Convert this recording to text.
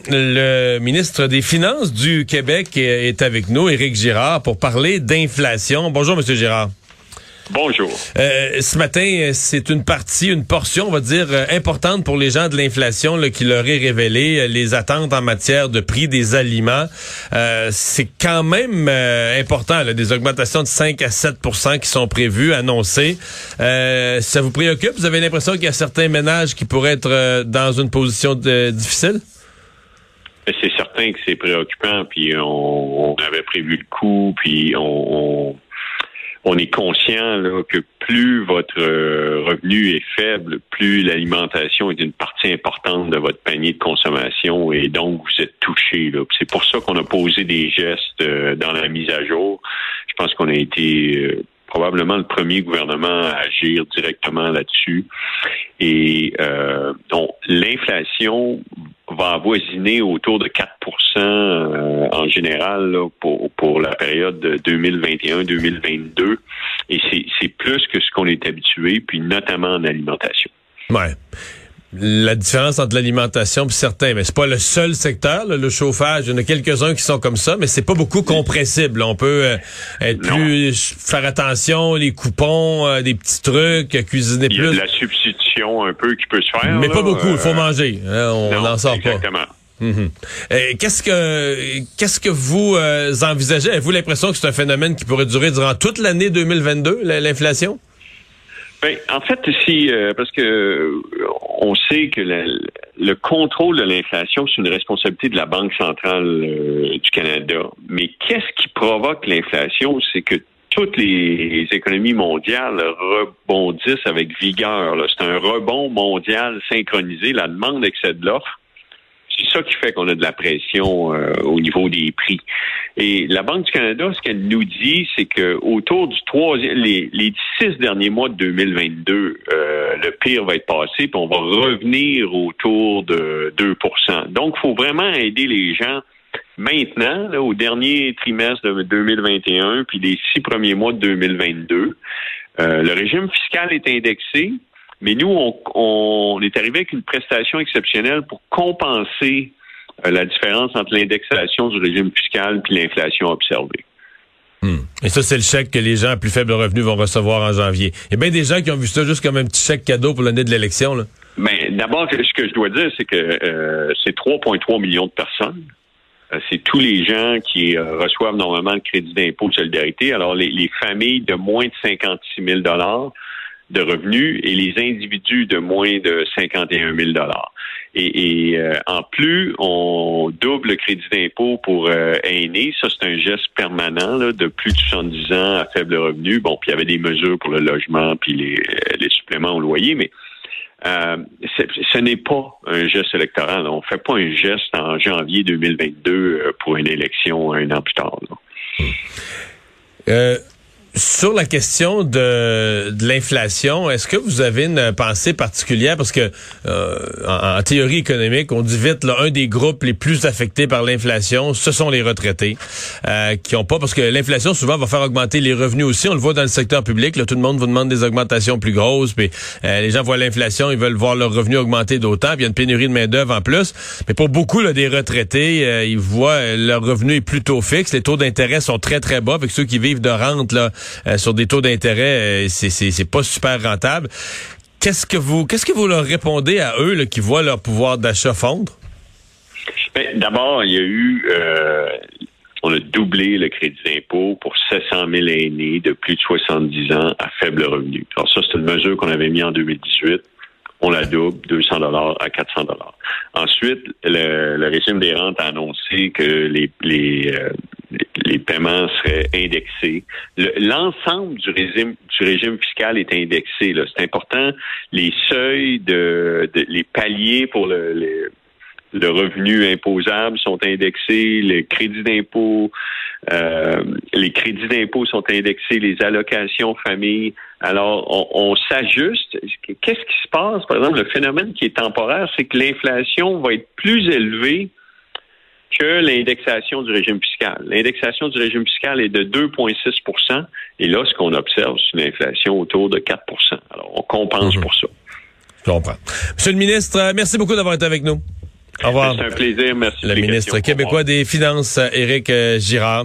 Le ministre des Finances du Québec est avec nous, Éric Girard, pour parler d'inflation. Bonjour, Monsieur Girard. Bonjour. Ce matin, c'est une portion, on va dire, importante pour les gens de l'inflation là, qui leur est révélée, les attentes en matière de prix des aliments. C'est quand même important, là, des augmentations de 5 à 7% qui sont prévues, annoncées. Ça vous préoccupe? Vous avez l'impression qu'il y a certains ménages qui pourraient être dans une position difficile? C'est certain que c'est préoccupant, puis on avait prévu le coup, puis on est conscient là, que plus votre revenu est faible, plus l'alimentation est une partie importante de votre panier de consommation et donc vous êtes touché. Là. C'est pour ça qu'on a posé des gestes dans la mise à jour. Je pense qu'on a été probablement le premier gouvernement à agir directement là-dessus. Et donc l'inflation va avoisiner autour de 4% en général là, pour la période de 2021-2022. Et c'est plus que ce qu'on est habitué, puis notamment en alimentation. Ouais. La différence entre l'alimentation et certains, mais c'est pas le seul secteur, là, le chauffage. Il y en a quelques-uns qui sont comme ça, mais c'est pas beaucoup compressible. Là. On peut faire attention, les coupons, des petits trucs, cuisiner plus. Il y a de la substitution un peu qui peut se faire. Mais là, pas beaucoup, il faut manger. On n'en sort exactement. pas. Mm-hmm. Qu'est-ce que vous envisagez? Avez-vous l'impression que c'est un phénomène qui pourrait durer durant toute l'année 2022, l'inflation? Ben, en fait, parce que on sait que le contrôle de l'inflation, c'est une responsabilité de la Banque centrale du Canada. Mais qu'est-ce qui provoque l'inflation? C'est que toutes les économies mondiales rebondissent avec vigueur. Là. C'est un rebond mondial synchronisé. La demande excède l'offre. C'est ça qui fait qu'on a de la pression au niveau des prix. Et la Banque du Canada, ce qu'elle nous dit, c'est que autour du les 6 derniers mois de 2022, le pire va être passé, puis on va revenir autour de 2%. Donc, il faut vraiment aider les gens maintenant, là, au dernier trimestre de 2021, puis les 6 premiers mois de 2022. Le régime fiscal est indexé. Mais nous, on est arrivé avec une prestation exceptionnelle pour compenser la différence entre l'indexation du régime fiscal et l'inflation observée. Et ça, c'est le chèque que les gens à plus faible revenu vont recevoir en janvier. Il y a bien des gens qui ont vu ça juste comme un petit chèque cadeau pour l'année de l'élection. Là. Mais d'abord, ce que je dois dire, c'est que c'est 3,3 millions de personnes. C'est tous les gens qui reçoivent normalement le crédit d'impôt de solidarité. Alors, les familles de moins de 56 000 de revenus et les individus de moins de 51 000 Et en plus, on double le crédit d'impôt pour aînés. Ça, c'est un geste permanent là, de plus de 70 ans à faible revenu. Bon, puis il y avait des mesures pour le logement puis les suppléments au loyer, mais ce n'est pas un geste électoral. On fait pas un geste en janvier 2022 pour une élection un an plus tard. Sur la question de l'inflation, est-ce que vous avez une pensée particulière? Parce que en théorie économique, on dit vite, là, un des groupes les plus affectés par l'inflation, ce sont les retraités, qui ont pas, parce que l'inflation souvent va faire augmenter les revenus aussi. On le voit dans le secteur public, là, tout le monde vous demande des augmentations plus grosses, puis les gens voient l'inflation, ils veulent voir leurs revenus augmenter d'autant, puis il y a une pénurie de main-d'œuvre en plus. Mais pour beaucoup là, des retraités, ils voient leur revenu est plutôt fixe, les taux d'intérêt sont très très bas, avec ceux qui vivent de rente là. Sur des taux d'intérêt, c'est pas super rentable. Qu'est-ce que vous leur répondez à eux là, qui voient leur pouvoir d'achat fondre? Ben, d'abord, il y a eu on a doublé le crédit d'impôt pour 700 000 aînés de plus de 70 ans à faible revenu. Alors ça, c'est une mesure qu'on avait mis en 2018. On la double, 200 $ à 400 $. Ensuite, le régime des rentes a annoncé que les paiements seraient indexés. L'ensemble du régime fiscal est indexé. Là. C'est important. Les seuils les paliers pour le revenu imposable sont indexés, les crédits d'impôt sont indexés, les allocations famille. Alors, on s'ajuste. Qu'est-ce qui se passe? Par exemple, le phénomène qui est temporaire, c'est que l'inflation va être plus élevée que l'indexation du régime fiscal. L'indexation du régime fiscal est de 2,6 et là, ce qu'on observe, c'est une inflation autour de 4 Alors, on compense pour ça. Je comprends. Monsieur le ministre, merci beaucoup d'avoir été avec nous. Au revoir. C'est un plaisir. Merci. Le ministre québécois des Finances, Éric Girard.